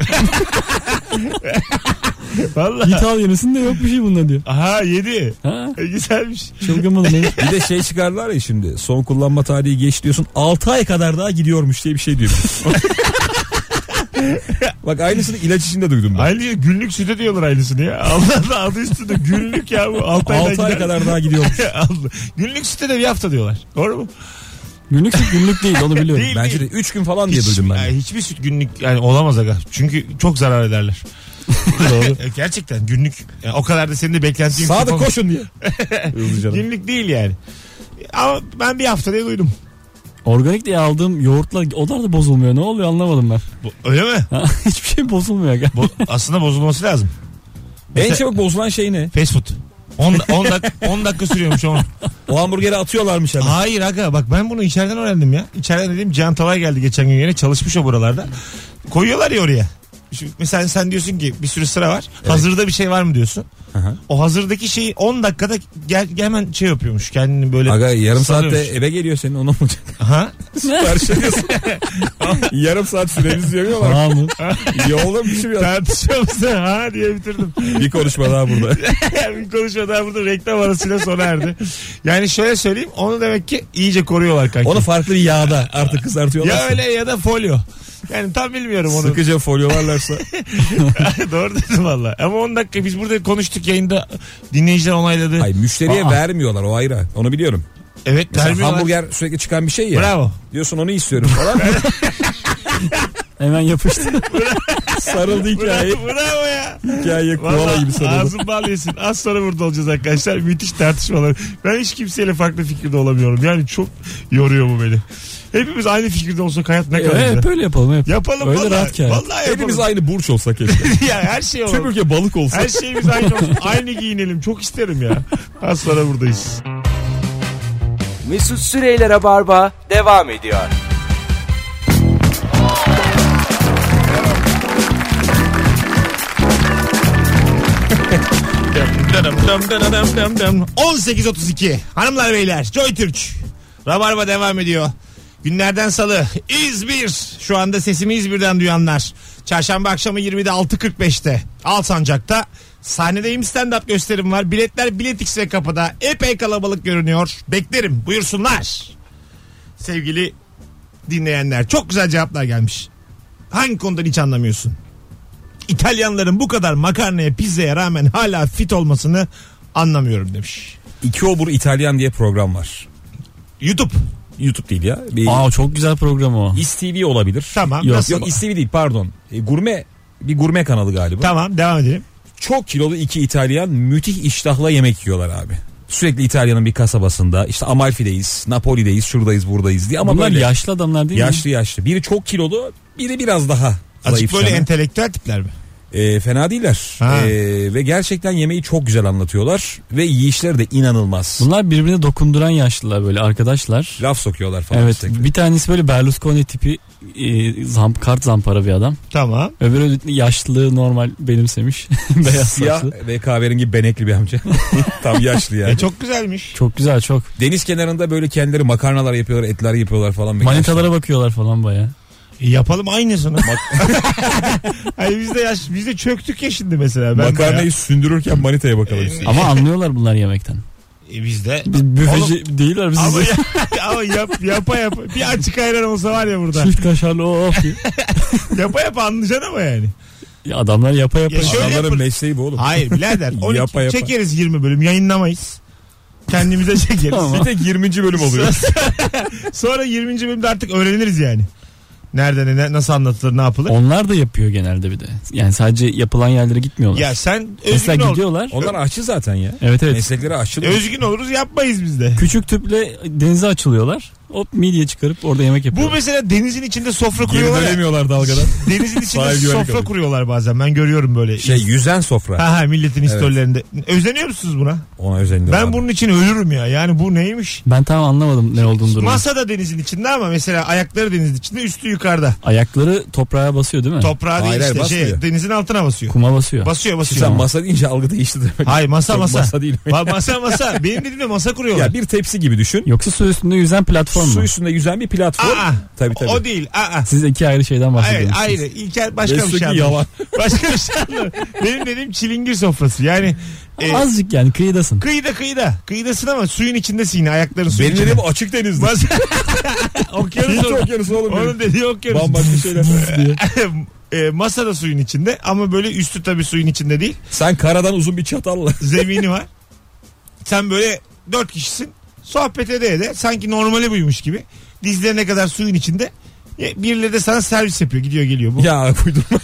Vallahi. İthal yenisinde yok bir şey bunda diyor. Aha, yedi. Ha? Güzelmiş. Çılgın mı? Bir de şey çıkardılar ya şimdi, son kullanma tarihi geç diyorsun, 6 ay kadar daha gidiyormuş diye bir şey diyor. Bak aynısını ilaç içinde duydum ben. Aynı günlük süte diyorlar aynısını ya. Allah'ın adı üstünde günlük ya bu. 6 ay kadar daha gidiyormuş. Günlük süte de bir hafta diyorlar. Doğru mu? Günlük değil, onu biliyorum. Değil, bence de 3 gün falan diye duydum ben. Yani hiçbir süt günlük yani olamaz aga. Çünkü çok zarar ederler. Doğru. Gerçekten günlük. Yani o kadar da senin de beklentin. Sadık koşun diye. Günlük değil yani. Ama ben bir hafta diye duydum. Organik diye aldığım yoğurtla onlar da bozulmuyor. Ne oluyor anlamadım ben. Öyle mi? Hiçbir şey bozulmuyor. Aslında bozulması lazım. En çabuk bozulan şey ne? Fast food. 10 dakika sürüyormuş onu. O hamburgeri atıyorlarmış hemen. Hayır aga, bak ben bunu içeriden öğrendim ya. İçeriden dediğim Cihan Talay geldi geçen gün, yine çalışmış o buralarda. Koyuyorlar ya oraya. Mesela sen diyorsun ki bir sürü sıra var. Evet. Hazırda bir şey var mı diyorsun. Aha. O hazırdaki şeyi 10 dakikada hemen şey yapıyormuş. Kendini böyle. Aga yarım saatte eve geliyor senin, onu mu olacak? Aha. Sipariş ediyorsun. Yarım saat süreniz veriyorlar. Ha mı? Yolda pişiriyor. Tartışıyor musun? Ha diye bitirdim. Bir konuşma daha burada. Bir konuşma daha burada, reklam arasıyla sona erdi. Yani şöyle söyleyeyim, onu demek ki iyice koruyorlar kanka. Onu farklı bir yağda artık kızartıyorlar. Ya öyle ya da folyo. Yani tam bilmiyorum onu. Sıkıca folyolarlarsa. Doğru dedim valla. Ama 10 dakika biz burada konuştuk, yayında dinleyiciler onayladı. Hayır, müşteriye vermiyorlar, o ayrı. Onu biliyorum. Evet, mesela vermiyorlar. Hamburger sürekli çıkan bir şey ya. Bravo. Diyorsun onu istiyorum falan. Hemen yapıştı. Sarıldı hikaye. Bravo ya. Hikaye koala gibi sarıldı. Ağzın bal yesin. Az sonra burada olacağız arkadaşlar. Müthiş tartışmalar. Ben hiç kimseyle farklı fikirde olamıyorum. Yani çok yoruyor bu beni. Hepimiz aynı fikirde olsak hayat ne kadar güzel. Hep öyle yapalım. Yapalım öyle vallahi. Rahat ki. Vallahi yapalım. Hepimiz aynı burç olsak keşke. Ya her şey olur. Tüm ülke balık olsa. Her şeyimiz aynı olsun. Aynı giyinelim. Çok isterim ya. Az sonra buradayız. Mesut Süreyler'e barba devam ediyor. 18.32 hanımlar beyler, Joy Türk Rabarba devam ediyor. Günlerden salı, İzmir. Şu anda sesimi İzmir'den duyanlar. Çarşamba akşamı 20'de 6.45'te Alsancak'ta sahnedeyim, stand-up gösterim var. Biletler Biletix ve kapıda. Epey kalabalık görünüyor. Beklerim, buyursunlar. Sevgili dinleyenler, çok güzel cevaplar gelmiş. Hangi konudan hiç anlamıyorsun? İtalyanların bu kadar makarnaya, pizzaya rağmen hala fit olmasını anlamıyorum demiş. İki Obur İtalyan diye program var. YouTube değil ya. Çok güzel program o. İSTV olabilir. Tamam. Yok İSTV değil, pardon. Bir gurme kanalı galiba. Tamam, devam edelim. Çok kilolu iki İtalyan müthiş iştahla yemek yiyorlar abi. Sürekli İtalya'nın bir kasabasında, işte Amalfi'deyiz, Napoli'deyiz, şuradayız, buradayız diye. Ama bunlar böyle yaşlı adamlar değil mi? Yaşlı. Biri çok kilolu, biri biraz daha Azıcık zayıf. böyle entelektüel tipler mi? Fena değiller. Ve gerçekten yemeği çok güzel anlatıyorlar ve yiyişleri de inanılmaz. Bunlar birbirine dokunduran yaşlılar, böyle arkadaşlar. Laf sokuyorlar falan. Evet, sürekli. bir tanesi böyle Berlusconi tipi kart zampara bir adam. Tamam. Öbürü yaşlılığı normal benimsemiş. Beyaz Siyah saçlı. ve kahverengi benekli bir amca. Tam yaşlı yani. Çok güzelmiş. Çok güzel, çok. Deniz kenarında böyle kendileri makarnalar yapıyorlar, etler yapıyorlar falan. Manitalara bakıyorlar falan baya. Yapalım aynısını. Hayır, biz de çöktük ya şimdi mesela. Makarnayı sündürürken manitaya bakalım. Ama anlıyorlar bunlar yemekten. Biz de. Biz büfeci değiller biz. Ama yapa. Bir açık ayran olsa var ya burada. Çift kaşarlı of. Yapa anlayacaksın ama yani. Ya adamlar yapa. Ya şöyle Adamların yapın. mesleği bu oğlum. Hayır birader. 12 Yapa. çekeriz 20 bölüm, yayınlamayız. Kendimize çekeriz. Tamam. Bir tek 20. bölüm oluyor. Sonra 20. bölümde artık öğreniriz yani. Nerede nasıl anlatılır, ne yapılır. Onlar da yapıyor genelde bir de. Yani sadece yapılan yerlere gitmiyorlar. Ya sen özgün mesela ol. gidiyorlar. Onlar aşçı zaten ya. Evet. Meslekleri aşçı. Özgün oluruz, yapmayız biz de. Küçük tüple denize açılıyorlar. Hop midye çıkarıp orada yemek yapıyorlar. Bu mesela denizin içinde sofra Geri kuruyorlar ya. dönemiyorlar dalgadan. Denizin içinde Sahil güvenlik sofra alıyor. kuruyorlar bazen. Ben görüyorum böyle. Yüzen sofra. Ha milletin Evet. storylerinde. Özeniyor musunuz buna? Ona özeniyorum. Ben bunun için ölürüm ya. Yani bu neymiş? Ben tam anlamadım ne olduğunu durumu. Masa da denizin içinde ama mesela ayakları denizin içinde, üstü yukarıda. Ayakları toprağa basıyor değil mi? Toprağa değil Hayır, işte basmıyor. denizin altına basıyor. Kuma basıyor. Basıyor. Sen masa deyince algı değişti demek. Hayır, masa. Çok masa değil. Masa. Benim dediğimde masa kuruyorlar. Ya bir tepsi gibi düşün. Yoksa su üstünde yüzen platform mu? Su üstünde yüzen bir platform. Tabii. O değil. Siz iki ayrı şeyden Evet, bahsediyorsunuz. ayrı. İlker başka bir Mesut'un şey anlamış. yalan. Başka bir şey anlamış. Benim dediğim çilingir sofrası. Yani Azıcık yani kıyıdasın. Kıyıdasın ama suyun içindesin yine, ayakların suyun Benim içinde. dediğim açık denizde. Okyanus Hint okyanusu oğlum. Onun dediği okyanus. Bambaşka şeyler. Masa da suyun içinde ama böyle üstü tabii suyun içinde değil. Sen karadan uzun bir çatalla. Zemini var. Sen böyle 4 kişisin. Sohbet ede sanki normali buymuş gibi. Dizlerine kadar suyun içinde. Birileri de sana servis yapıyor. Gidiyor geliyor. Bu, Ya uydurma.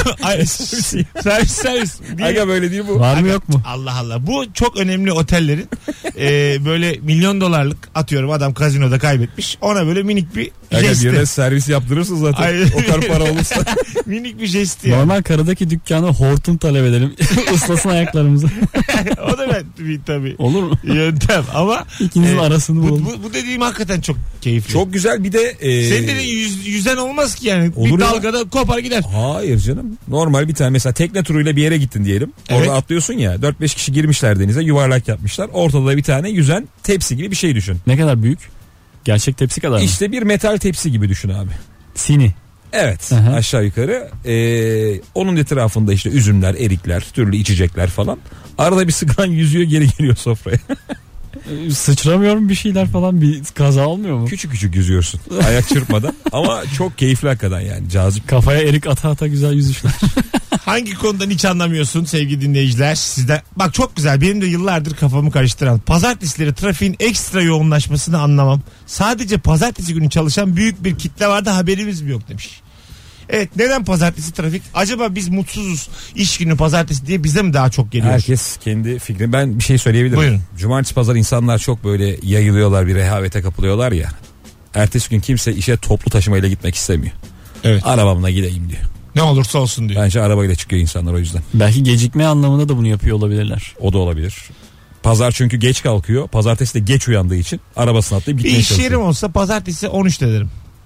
servis. Aga böyle değil bu. Var mı yok mu? Allah. Bu çok önemli otellerin böyle milyon dolarlık, atıyorum adam kazinoda kaybetmiş. Ona böyle minik bir Aga jesti. birine servis yaptırırsın zaten. Ay. O kadar para olursa. Minik bir jesti yani. Normal karadaki dükkana hortum talep edelim. Islasın ayaklarımızı. O da tabii. Olur mu? Yöntem ama İkinizin arasını bulalım. bu dediğim hakikaten çok keyifli. Çok güzel bir de. Senin dediğin yüzen olmaz ki yani. Olur bir ya. dalgada kopar gider. Hayır canım. Normal bir tane mesela tekne turuyla bir yere gittin diyelim. Orada Evet. atlıyorsun ya. 4-5 kişi girmişler denize, yuvarlak yapmışlar. Ortada da bir tane yüzen tepsi gibi bir şey düşün. Ne kadar büyük? Gerçek tepsi kadar mı? İşte bir metal tepsi gibi düşün abi. Sini. Evet, Aha. aşağı yukarı. Onun etrafında işte üzümler, erikler, türlü içecekler falan. Arada bir sıkılan yüzüyor, geri geliyor sofraya. Sıçramıyorum bir şeyler falan, bir kaza olmuyor mu? Küçük küçük yüzüyorsun. Ayak çırpmadan. Ama çok keyifli hakikaten yani. Cazip. Kafaya erik ata güzel yüzüşler. Hangi konudan hiç anlamıyorsun sevgili dinleyiciler? Sizde bak çok güzel, benim de yıllardır kafamı karıştıran. Pazartesileri trafiğin ekstra yoğunlaşmasını anlamam. Sadece pazartesi günü çalışan büyük bir kitle vardı, haberimiz mi yok demiş. Evet, neden pazartesi trafik? Acaba biz mutsuzuz, iş günü pazartesi diye bize mi daha çok geliyor? Herkes kendi fikrini. Ben bir şey söyleyebilirim. Buyurun. Cumartesi pazar insanlar çok böyle yayılıyorlar, bir rehavete kapılıyorlar ya. Ertesi gün kimse işe toplu taşımayla gitmek istemiyor. Evet. Arabamla gideyim diyor. Ne olursa olsun diyor. Bence arabayla çıkıyor insanlar o yüzden. Belki gecikme anlamında da bunu yapıyor olabilirler. O da olabilir. Pazar çünkü geç kalkıyor. Pazartesi de geç uyandığı için arabasına atlayıp Bir gitmeye iş çalışıyor. yerim olsa pazartesi 13'te derim.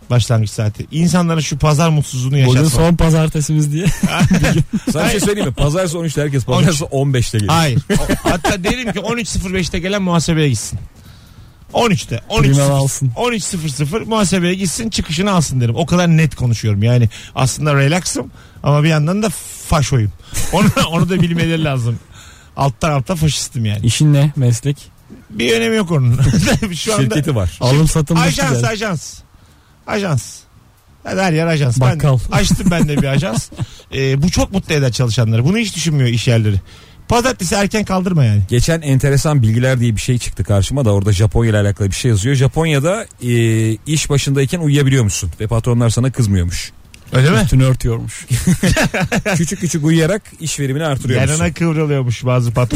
başlangıç saati. İnsanların şu pazar mutsuzluğunu Bugün yaşatmak. son pazartesimiz diye. Sana bir şey söyleyeyim mi? Pazarsa 13'te herkes pazarsa 15'te gelir. Hayır. Hatta derim ki 13.05'te gelen muhasebeye gitsin. 13'te. Primel alsın. 13.00 muhasebeye gitsin, çıkışını alsın derim. O kadar net konuşuyorum. Yani aslında relaxım ama bir yandan da faşoyum. Onu da bilmeleri lazım. Alttan alta faşistim yani. İşin ne meslek? Bir önemi yok onun. Şu anda Şirketi var. Alım satım Ajans. Yani her yer ajans. Bakkal. Açtım ben de bir ajans. Bu çok mutlu eder çalışanları. Bunu hiç düşünmüyor iş yerleri. Pazartesi erken kaldırma yani. Geçen enteresan bilgiler diye bir şey çıktı karşıma da orada Japonya ile alakalı bir şey yazıyor. Japonya'da iş başındayken uyuyabiliyormuşsun ve patronlar sana kızmıyormuş. Öyle mi? Üstünü örtüyormuş. Küçük küçük uyuyarak iş verimini artırıyormuşsun. Yanına kıvrılıyormuş bazı patron.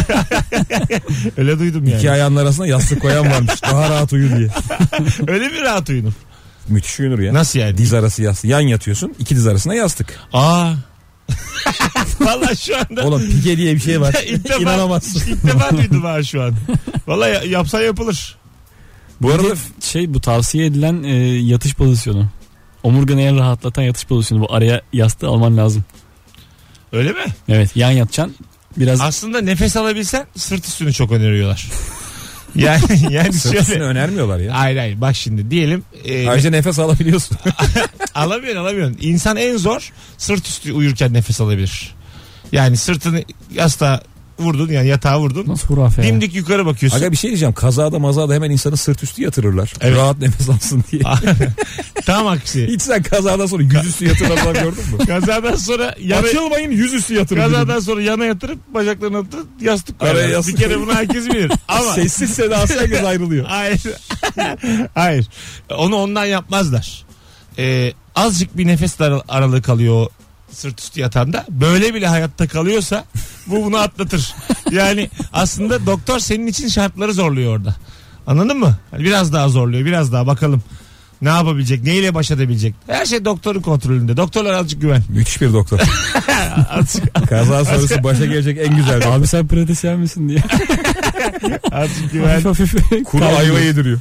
Öyle duydum yani. İki ayağının arasına yastık koyan varmış. Daha rahat uyu diye. Öyle mi rahat uyunur? Müthiş uyunur ya. Nasıl yani? Diz arası yastık. Yan yatıyorsun. İki diz arasına yastık. Aa. Vallahi şu anda. Oğlum pike diye bir şey var. İnanamazsın. İlk defa duydum ha şu an. Vallahi yapsa yapılır. Bu arada Bu tavsiye edilen yatış pozisyonu. Omurganı en rahatlatan yatış pozisyonu. Bu araya yastığı alman lazım. Öyle mi? Evet, yan yatacaksın. Biraz Aslında nefes alabilsen sırt üstünü çok öneriyorlar. Yani sırt üstüne şöyle. önermiyorlar ya. Hayır bak şimdi diyelim. Ayrıca nefes alabiliyorsun. Alamıyorsun. İnsan en zor sırt üstü uyurken nefes alabilir. Yani sırtını yastığa vurdun, yani yatağa vurdun. nasıl hurafe ya? Dimdik yukarı bakıyorsun. Aga bir şey diyeceğim. Kazada mazada hemen insanı sırt üstü yatırırlar. Evet. Rahat nefes alsın diye. Tam aksi. Hiç sen kazadan sonra yüzüstü yatırırlar gördün mü? Kazadan sonra Açılmayın yüzüstü yatırın. kazadan sonra yana yatırıp bacaklarını atıp yastık koyarlar. Araya yastık. Bir kere bunu herkes bilir. Ama Sessiz sedası herkes ayrılıyor. hayır. Hayır. Onu ondan yapmazlar. Azıcık bir nefes aralığı kalıyor o sırt üstü yatağında. Böyle bile hayatta kalıyorsa bunu atlatır. Yani aslında doktor senin için şartları zorluyor orada. Anladın mı? Hani biraz daha zorluyor. Biraz daha bakalım ne yapabilecek, neyle baş edebilecek. Her şey doktorun kontrolünde. Doktorlar azıcık güven. Müthiş bir doktor. Azıcık, Kaza sonrası başa gelecek en güzel. Abi sen pratisyen misin diye. azıcık güven. Hafif Kuru ayva yediriyor.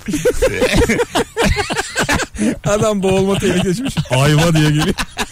Adam boğulma tehlikesiymiş. Ayva diye geliyor.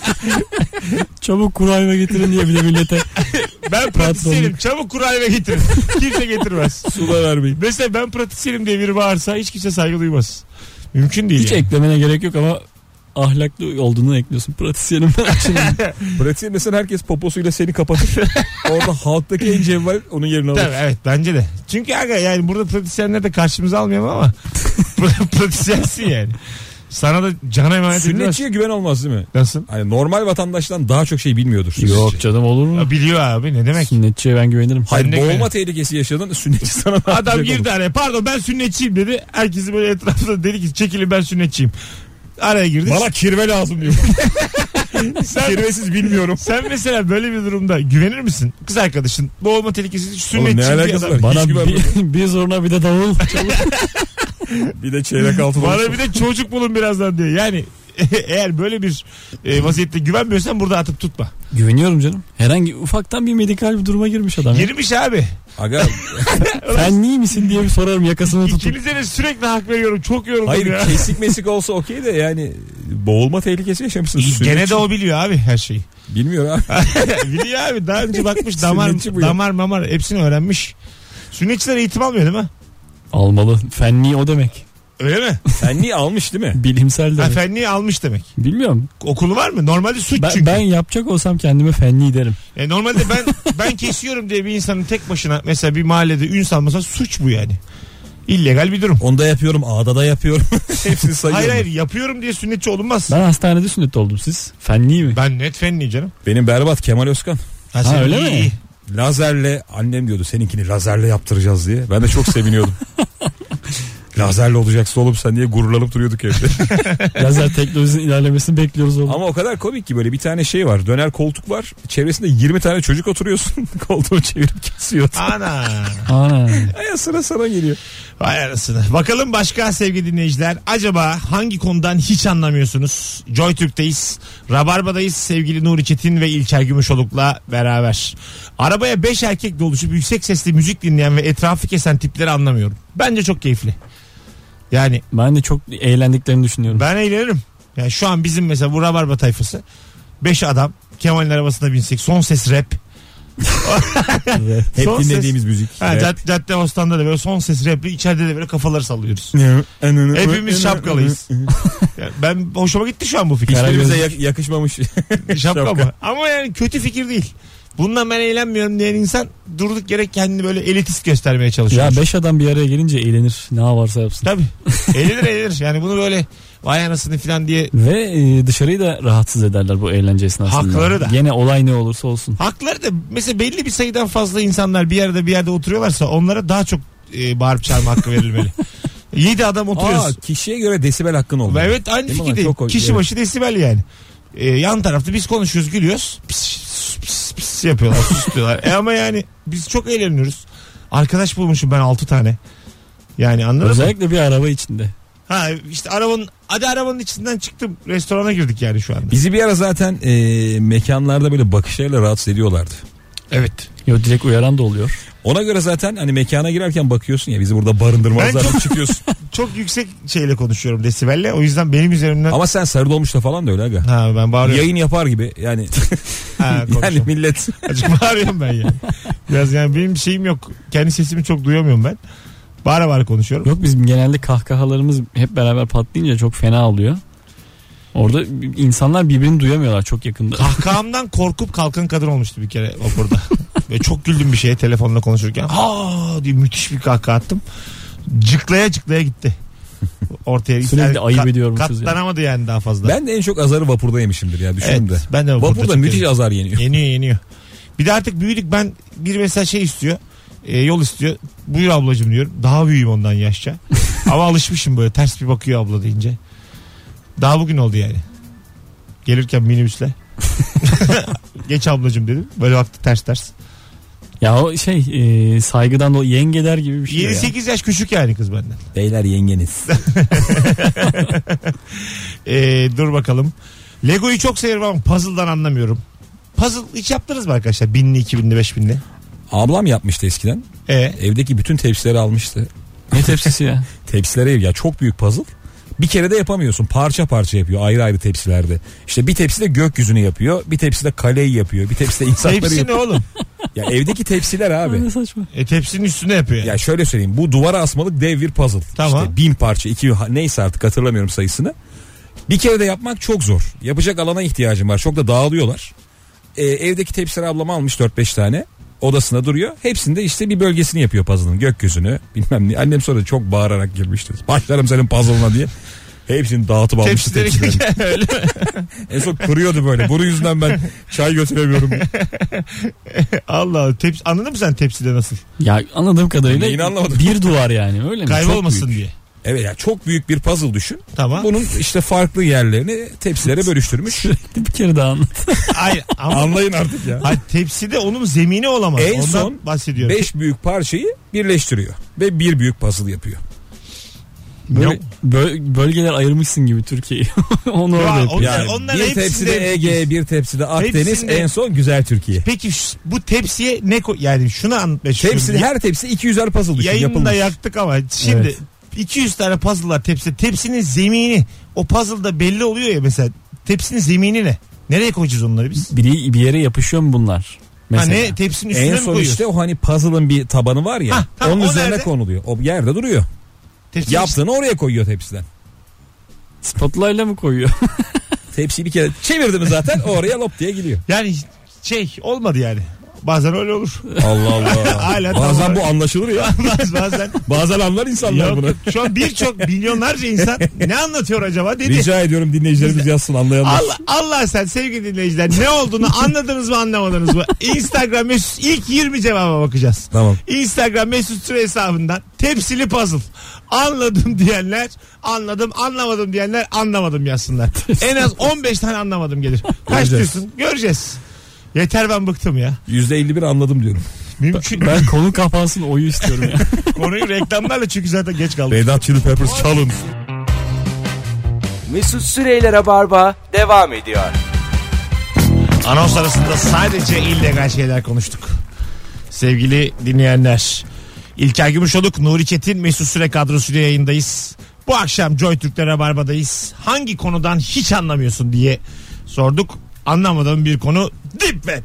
Çabuk kuru ayva getirin diye bile millete. Ben pratisyenim. Çabuk kuru ayva getirin. Kimse getirmez. Suda vermeyin. Mesela ben pratisyenim diye biri bağırsa hiç kimse saygı duymaz. Mümkün değil. Hiç yani. eklemene gerek yok ama ahlaklı olduğunu ekliyorsun. Pratisyenim ben. Pratisyen desen herkes poposuyla seni kapatır. Orada halktaki en cevval onun yerini alır. Tabii, evet bence de. Çünkü aga yani burada pratisyenleri de karşımıza almayalım ama pratisyensin yani. Sana da cana emanet edilmez. Sünnetçiye güven olmaz değil mi? Nasıl? Hani normal vatandaştan daha çok şey bilmiyordur. Yok canım, olur mu? Ya biliyor abi, ne demek? Sünnetçiye ben güvenirim. Hayır, Sen de boğulma güven. tehlikesi yaşadın, sünnetçi sana ne Adam yapacak girdi oğlum? araya, pardon ben sünnetçiyim dedi. Herkesi böyle etrafında dedi ki çekilin ben sünnetçiyim. Araya girdi. Bana kirve lazım diyor. Kirvesiz bilmiyorum. Sen mesela böyle bir durumda güvenir misin? Kız arkadaşın boğulma tehlikesi Oğlum sünnetçi ne bir alakası adam. var? Bana Hiç güvenmiyorum. bir zurna bir de davul. Bir de çeyrek altın Bana olsun. bir de çocuk bulun birazdan diye. Yani eğer böyle bir vaziyette güvenmiyorsan burada atıp tutma. Güveniyorum canım. Herhangi ufaktan bir medikal bir duruma girmiş adam. Girmiş abi. Aga Fenli misin diye bir sorarım yakasını tutup. İkinize de sürekli hak veriyorum. Çok yoruldum hayır ya. kesik mesik olsa okey de yani boğulma tehlikesi yaşamışsın. Gene de o biliyor abi her şeyi. Bilmiyor abi. Biliyor abi. Daha önce bakmış Sünnetçi bu ya. damar mamar hepsini öğrenmiş. Sünnetçiler eğitim almıyor değil mi? Almalı. Fenli o demek. Öyle mi? Fenli almış değil mi? Bilimsel Ha, demek. fenliği almış demek. Bilmiyorum. Okulu var mı? Normalde suç çünkü. Ben yapacak olsam kendime fenli derim. Normalde ben kesiyorum diye bir insanın tek başına mesela bir mahallede ün salmasa suç bu yani. İllegal bir durum. Onda yapıyorum, ağda da yapıyorum. Hepsini sayıyorum. Hayır yapıyorum diye sünnetçi olunmaz. Ben hastanede sünnet oldum, siz. Fenli mi? Ben net fenliyim canım. Benim berbat Kemal Özkan. Senin öyle iyi, mi? iyi. Lazerle annem diyordu seninkini lazerle yaptıracağız diye. Ben de çok seviniyordum. Lazerle olacaksın oğlum sen diye gururlanıp duruyorduk evde. Lazer teknolojisinin ilerlemesini bekliyoruz oğlum. Ama o kadar komik ki böyle bir tane şey var. Döner koltuk var. Çevresinde 20 tane çocuk oturuyorsun. Koltuğu çevirip kesiyor. Ana. Ana. Ay sıra sana geliyor. Vay arasını. Bakalım başka sevgili dinleyiciler. Acaba hangi konudan hiç anlamıyorsunuz? JoyTürk'teyiz. Rabarba'dayız. Sevgili Nuri Çetin ve İlker Gümüşoluk'la beraber. Arabaya 5 erkek doluşup yüksek sesli müzik dinleyen ve etrafı kesen tipleri anlamıyorum. Bence çok keyifli. Yani Ben de çok eğlendiklerini düşünüyorum. ben eğlenirim. Yani şu an bizim mesela bu Rabarba tayfası 5 adam Kemal'in arabasına binsek son ses rap. Hep Son dinlediğimiz ses. müzik. Ha, Rap. Cadde Bostan'da da böyle son ses rapli, içeride de böyle kafaları sallıyoruz. Hepimiz şapkalıyız. Yani ben hoşuma gitti şu an bu fikir. Hiçbirimize yakışmamış. Şapka mı? Ama yani kötü fikir değil. Bundan ben eğlenmiyorum diyen insan durduk yere kendini böyle elitist göstermeye çalışıyor. Ya 5 adam bir araya gelince eğlenir. Ne varsa yapsın. Tabii. Eğlenir. Yani bunu böyle vay anasını falan diye. Ve dışarıyı da rahatsız ederler bu eğlence esnasında. Hakları da. Gene olay ne olursa olsun. Hakları da mesela belli bir sayıdan fazla insanlar bir yerde oturuyorlarsa onlara daha çok bağırıp çağırma hakkı verilmeli. 7 adam oturuyoruz. Kişiye göre desibel hakkın oldu. Evet aynı fikirdeyim. Kişi başı desibel yani. Yan tarafta biz konuşuyoruz gülüyoruz. Pis yapıyorlar sus diyorlar. Ama yani biz çok eğleniyoruz. Arkadaş bulmuşum ben 6 tane. Yani anladın mı? Özellikle bir araba içinde. Ha işte arabanın içinden çıktım. Restorana girdik yani şu anda. Bizi bir ara zaten mekanlarda böyle bakışlarıyla rahatsız ediyorlardı. Evet. Yo, direkt uyaran da oluyor. Ona göre zaten hani mekana girerken bakıyorsun ya, bizi burada barındırmazlar, çıkıyorsun. Çok yüksek şeyle konuşuyorum, desibelle. O yüzden benim üzerimden. Ama sen Sarıdolmuş'ta falan da öyle aga. Ha ben bağırıyorum. Yayın yapar gibi yani. Ha, yani millet. Azıcık bağırıyorum ben yani. Biraz yani benim şeyim yok. Kendi sesimi çok duyamıyorum ben. Bağıra konuşuyorum. Yok, bizim genelde kahkahalarımız hep beraber patlayınca çok fena oluyor. Orada insanlar birbirini duyamıyorlar çok yakında. Kahkahamdan korkup kalkan kadın olmuştu bir kere vapurda. Ve çok güldüm bir şeye telefonla konuşurken. Ha diye müthiş bir kahkaha attım. Cıklaya gitti. Ortaya sürekli ayıp ediyormuşuz. Katlanamadı yani daha fazla. Ben de en çok azarı vapurda yemişimdir ya, düşünün de. Ben de vapurda müthiş azar yeniyor. Yeniyor. Bir de artık büyüdük, ben bir mesela şey istiyor. Yol istiyor. Buyur ablacığım diyorum. Daha büyüğüm ondan yaşça. Ama alışmışım böyle, ters bir bakıyor abla deyince. Daha bugün oldu yani. Gelirken minibüsle. Geç ablacığım dedim. Böyle baktı ters. Ya o saygıdan da o yengeler gibi bir şey. 7-8 yaş küçük yani kız benden. Beyler yengeniz. Dur bakalım. Lego'yu çok severim ama puzzle'dan anlamıyorum. Puzzle hiç yaptınız mı arkadaşlar? 1000'li, 2000'li, 5000'li. Ablam yapmıştı eskiden. Evdeki bütün tepsileri almıştı. Ne tepsisi ya? Tepsilere ya, çok büyük puzzle. Bir kere de yapamıyorsun. Parça parça yapıyor ayrı tepsilerde. İşte bir tepside gökyüzünü yapıyor. Bir tepside kaleyi yapıyor. Bir tepside insanları Tepsi yapıyor. ne oğlum? Ya evdeki tepsiler abi. Ne saçma. Tepsinin üstüne yapıyor yani. Ya şöyle söyleyeyim. Bu duvara asmalık dev bir puzzle. Tamam. İşte 1000 parça, 2000 neyse artık hatırlamıyorum sayısını. Bir kere de yapmak çok zor. Yapacak alana ihtiyacım var. Çok da dağılıyorlar. Evdeki tepsileri ablam almış 4-5 tane. Odasında duruyor. Hepsinde işte bir bölgesini yapıyor puzzle'ın. Gökyüzünü bilmem ne. Annem sonra çok bağırarak girmişti. Başlarım senin puzzle'ına diye. Hepsini dağıtıp almıştı tepsileri. Öyle mi? En son kırıyordu böyle. Bunun yüzünden ben çay götüremiyorum. Allah, anladın mı sen tepside nasıl? Ya anladığım kadarıyla Yine anlamadım. bir duvar yani, öyle mi? Kaybolmasın diye. Evet ya, çok büyük bir puzzle düşün. Tamam. Bunun işte farklı yerlerini tepsilere bölüştürmüş. Sürekli bir kere daha anlat. Hayır, ama Anlayın artık ya. hayır, tepside onun zemini olamaz. En Ondan son bahsediyorum. 5 büyük parçayı birleştiriyor. Ve bir büyük puzzle yapıyor. Böyle bölgeler ayırmışsın gibi Türkiye'yi. Onu orada yapıyor. Yani onların bir tepside Ege, bir tepside Akdeniz, hepsinde... en son güzel Türkiye. Peki bu tepsiye ne yani şunu anlatmaya çalışıyorum. Her tepsi 200'er puzzle düşün, yayında yapılmış. yaktık ama şimdi Evet. 200 tane puzzle'lar tepside. Tepsinin zemini, o puzzle'da belli oluyor ya mesela. Tepsinin zemini ne? Nereye koyacağız onları biz? Bir yere yapışıyor mu bunlar? Mesela. Ne tepsinin üstüne En mi son koyuyoruz? işte o hani puzzle'ın bir tabanı var ya. Tamam, onun o üzerine nerede? konuluyor. O yerde duruyor. Tepsinin Yaptığını oraya koyuyor tepsiden. Spotlight'la mı koyuyor? Tepsiyi bir kere çevirdi mi zaten oraya lop diye gidiyor. yani olmadı yani. Bazen öyle olur. Allah Allah. Hala Bazen tamam. bu anlaşılır ya. Bazen. Bazen anlar insanlar Yok, bunu. şu an birçok milyonlarca insan ne anlatıyor acaba dedi. Rica ediyorum dinleyicilerimiz yazsın, anlayanlar. Allah sen sevgili dinleyiciler, ne olduğunu anladınız mı anlamadınız mı? Instagram Mesut ilk 20 cevaba bakacağız. Tamam. Instagram Mesut Süre hesabından tepsili puzzle. Anladım diyenler anladım, anlamadım diyenler anlamadım yazsınlar. En az 15 tane anlamadım gelir. Kaç Göreceğiz. diyorsun? Göreceğiz. Yeter, ben bıktım ya. %51 anladım diyorum. Mümkün. Ben konu kapansın oyu istiyorum ya. Konuyu reklamlarla, çünkü zaten geç kaldım. Red Hot Chili Peppers çalın. Mesut Süreyler'e barba devam ediyor. Anons arasında sadece illegal şeyler konuştuk. Sevgili dinleyenler, İlker Gümüşoluk, Nuri Çetin, Mesut Süre kadrosuyla yayındayız. Bu akşam JoyTürk'te Rabarba'dayız. Hangi konudan hiç anlamıyorsun diye sorduk. Anlamadığım bir konu Deep Web.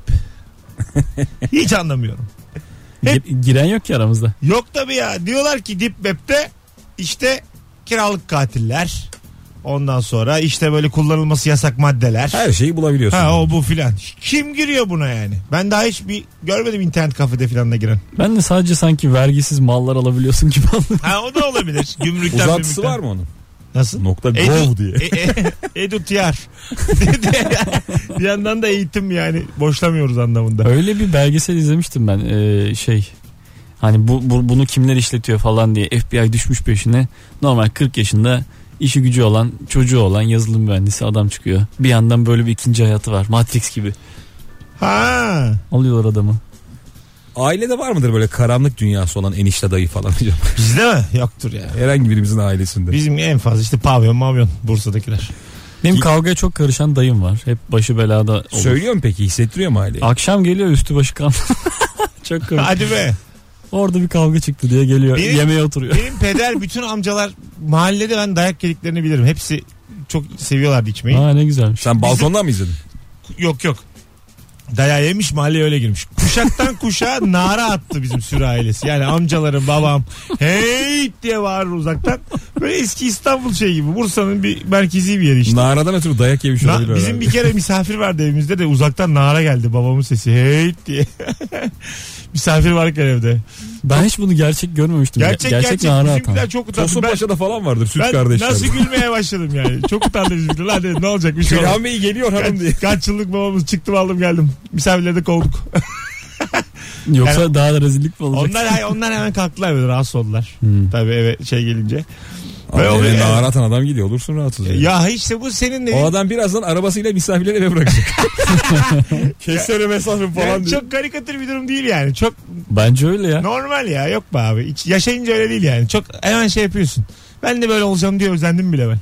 Hiç anlamıyorum. Giren yok ki aramızda. Yok tabii ya. Diyorlar ki Deep Web'te işte kiralık katiller. Ondan sonra işte böyle kullanılması yasak maddeler. Her şeyi bulabiliyorsun. Ha o bu filan. Kim giriyor buna yani? Ben daha hiç görmedim internet kafede filan da giren. Ben de sadece sanki vergisiz mallar alabiliyorsun gibi anladım. Ha o da olabilir. Gümrükten Uzantısı var mı onun? Nasıl? .gov diye. Edutiyar. Bir yandan da eğitim yani boşlamıyoruz anlamında. Öyle bir belgesel izlemiştim ben. Hani bunu kimler işletiyor falan diye FBI düşmüş peşine. Normal 40 yaşında işi gücü olan, çocuğu olan yazılım mühendisi adam çıkıyor. Bir yandan böyle bir ikinci hayatı var. Matrix gibi. Ha. Alıyorlar adamı. Ailede var mıdır böyle karanlık dünyası olan enişte dayı falan hocam? Bizde mi? Yoktur ya. Herhangi birimizin ailesinde. Bizim en fazla işte pavyon Bursa'dakiler. Benim kavgaya çok karışan dayım var. Hep başı belada olur. Söylüyor mu peki? Hissettiriyor mu aileyi? Akşam geliyor üstü başı kan. Çok komik. Hadi be. Orada bir kavga çıktı diye geliyor. Yemeğe oturuyor. Benim peder bütün amcalar mahallede ben dayak yediklerini bilirim. Hepsi çok seviyorlardı içmeyi. Aa ne güzelmiş. Sen balkondan mı izledin? Yok. Dayağı yemiş mahalleye öyle girmiş. Kuşaktan kuşağa nara attı bizim sürü ailesi. Yani amcalarım babam hey diye bağırır uzaktan. Böyle eski İstanbul şey gibi. Bursa'nın bir merkezi bir yeri işte. Naradan ötürü dayak yemiş olabilir. Bizim bir kere misafir vardı evimizde de uzaktan nara geldi babamın sesi hey diye. Misafir varken evde. Ben hiç bunu gerçek görmemiştim. Gerçek nara bizimkiler atan. çok utandı. Tosun Paşa'da falan vardır süt ben kardeşler. nasıl gülmeye başladım yani. Çok utandı bizimkiler. Lan dedim, ne olacak bir şey olmaz. Külhan Bey geliyor hanım diye. Kaç yıllık babamız çıktım aldım geldim. Misafirleri de kovduk. Yoksa Yani, daha da rezillik mi olacak? onlar hemen kalktılar böyle rahatsız oldular. Tabii eve gelince. Eve nara atan adam gidiyor olursun rahatsız. Ya işte bu senin de. O adam birazdan arabasıyla misafirleri eve bırakacak. Kesene mesafe falan yani diye. çok karikatür bir durum değil yani. Çok Bence öyle ya. normal ya. Yok be abi. Yaşayınca öyle değil yani. Çok hemen şey yapıyorsun. Ben de böyle olacağım diye özendim bile ben.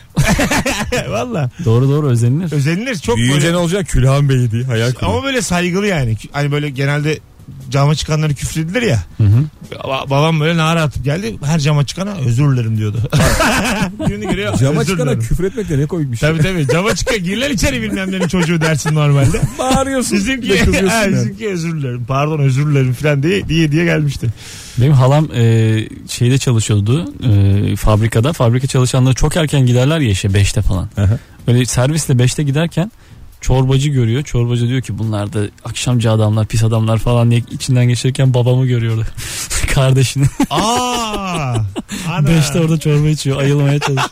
Valla. Doğru özenilir. Özenilir. Çok Büyüyünce böyle. ne olacak? Külhan Bey diye hayal kuruyor. Ama böyle saygılı yani. Hani böyle genelde cama çıkanları küfredilir ya. Hı. Babam böyle nara atıp geldi. Her cama çıkana özür dilerim diyordu. Birini görüyor. Cama özür çıkana dilerim. küfür etmek de ne komik bir şey. Tabii. Cama çıkan girler içeri bilmem nenin çocuğu dersin normalde. Bağırıyorsun. Bizimki özür dilerim. Pardon özür dilerim falan diye gelmişti. Benim halam şeyde çalışıyordu. Fabrikada. Fabrika çalışanları çok erken giderler ya işe 5'te falan. Aha. Böyle servisle 5'te giderken çorbacı görüyor. Çorbacı diyor ki bunlar da akşamcı adamlar, pis adamlar falan diye içinden geçirirken babamı görüyordu. Kardeşini. Aa! 5'te orada çorba içiyor. Ayılmaya çalışıyor.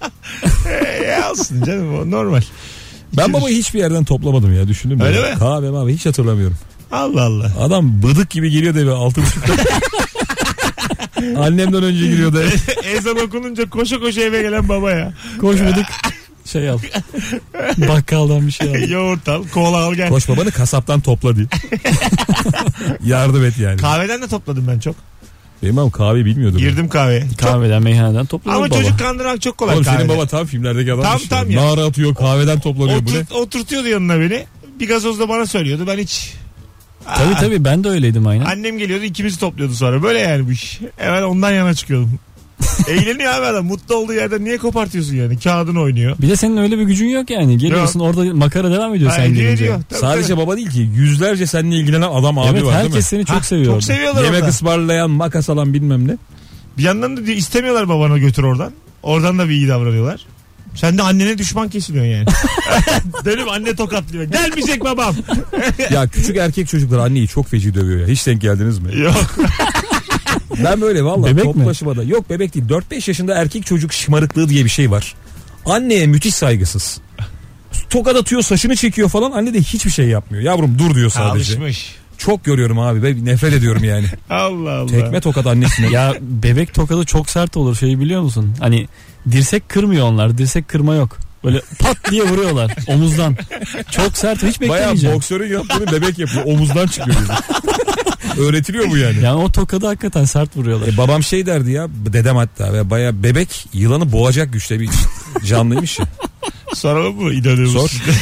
Alsın canım o normal. Ben babayı hiçbir yerden toplamadım ya düşündüm. Öyle ya. mi? Kahvem abi hiç hatırlamıyorum. Allah Allah. Adam bıdık gibi geliyordu eve 6.30'da. Annemden önce giriyordu eve. Ezan okununca koşa koşa eve gelen baba ya. Koşmadık. Şey al. Bakkaldan bir şey al. Yoğurt al, kola al gel. Koş babanı kasaptan topla diye. Yardım et yani. Kahveden de topladım ben çok. Benim babam kahve bilmiyordu. Girdim kahveye. Kahveden, meyhaneden topladım Ama baba. çocuk kandırmak çok kolay Oğlum senin kahvede. baba tam filmlerdeki adam. Tam ya. Nara atıyor kahveden toplanıyor bu ne? Oturtuyordu yanına beni. Bir gazoz da bana söylüyordu. Ben hiç... Tabii ben de öyleydim aynen. Annem geliyordu ikimizi topluyordu sonra. Böyle yani bu iş. Evet ondan yana çıkıyordum. Eğleniyor abi adam. Mutlu olduğu yerden niye kopartıyorsun yani? Kağıdını oynuyor. Bir de senin öyle bir gücün yok yani. Geliyorsun orada makara devam ediyor sen Ediyor, gelince. ediyor. Tabii, Sadece tabii. baba değil ki yüzlerce seninle ilgilenen adam abi Evet var değil mi? herkes seni çok seviyor. Çok orada. seviyorlar Yemek orada. ısmarlayan, makas alan bilmem ne. Bir yandan da istemiyorlar babana götür oradan. Oradan da bir iyi davranıyorlar. Sen de annene düşman kesiliyorsun yani. Dönüp anne tokatlıyor. Gelmeyecek babam. Ya küçük erkek çocuklar anneyi çok feci dövüyor ya. Hiç denk geldiniz mi? Yok. Ben böyle vallahi Bebek toplu mi? taşımada. Yok bebek değil. 4-5 yaşında erkek çocuk şımarıklığı diye bir şey var. Anneye müthiş saygısız. Tokat atıyor, saçını çekiyor falan. Anne de hiçbir şey yapmıyor. Yavrum dur diyor sadece. Alışmış. Çok görüyorum abi. Ben nefret ediyorum yani. Allah Allah. Tekme tokat annesine. Ya bebek tokadı çok sert olur şeyi biliyor musun? Hani dirsek kırmıyor onlar. Dirsek kırma yok. Böyle pat diye vuruyorlar omuzdan. Çok sert hiç Bayağı beklemeyeceğim. boksörün yaptığını bebek yapıyor. Omuzdan çıkıyor. Öğretiliyor bu yani. Yani o tokadı hakikaten sert vuruyorlar. Babam şey derdi ya, dedem hatta ve bayağı bebek yılanı boğacak güçte bir canlıymış ya. Soralım mı? İnanıyor Sor. musun?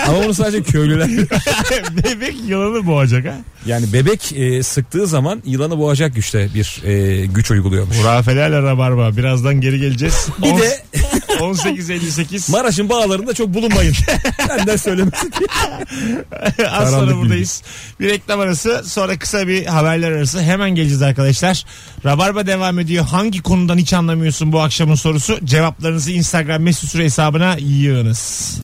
Ama onu sadece köylüler. Bebek yılanı boğacak ha. Yani bebek sıktığı zaman yılanı boğacak güçte bir güç uyguluyormuş. Hurafelerle Rabarba. Birazdan geri geleceğiz. Bir de 18.58. Maraş'ın bağlarında çok bulunmayın. Benden söylemesin. Az sonra buradayız. Bir reklam arası, sonra kısa bir haberler arası. Hemen geleceğiz arkadaşlar. Rabarba devam ediyor. Hangi konudan hiç anlamıyorsun bu akşamın sorusu? Cevaplarınızı Instagram mesut süre hesabına yığınız.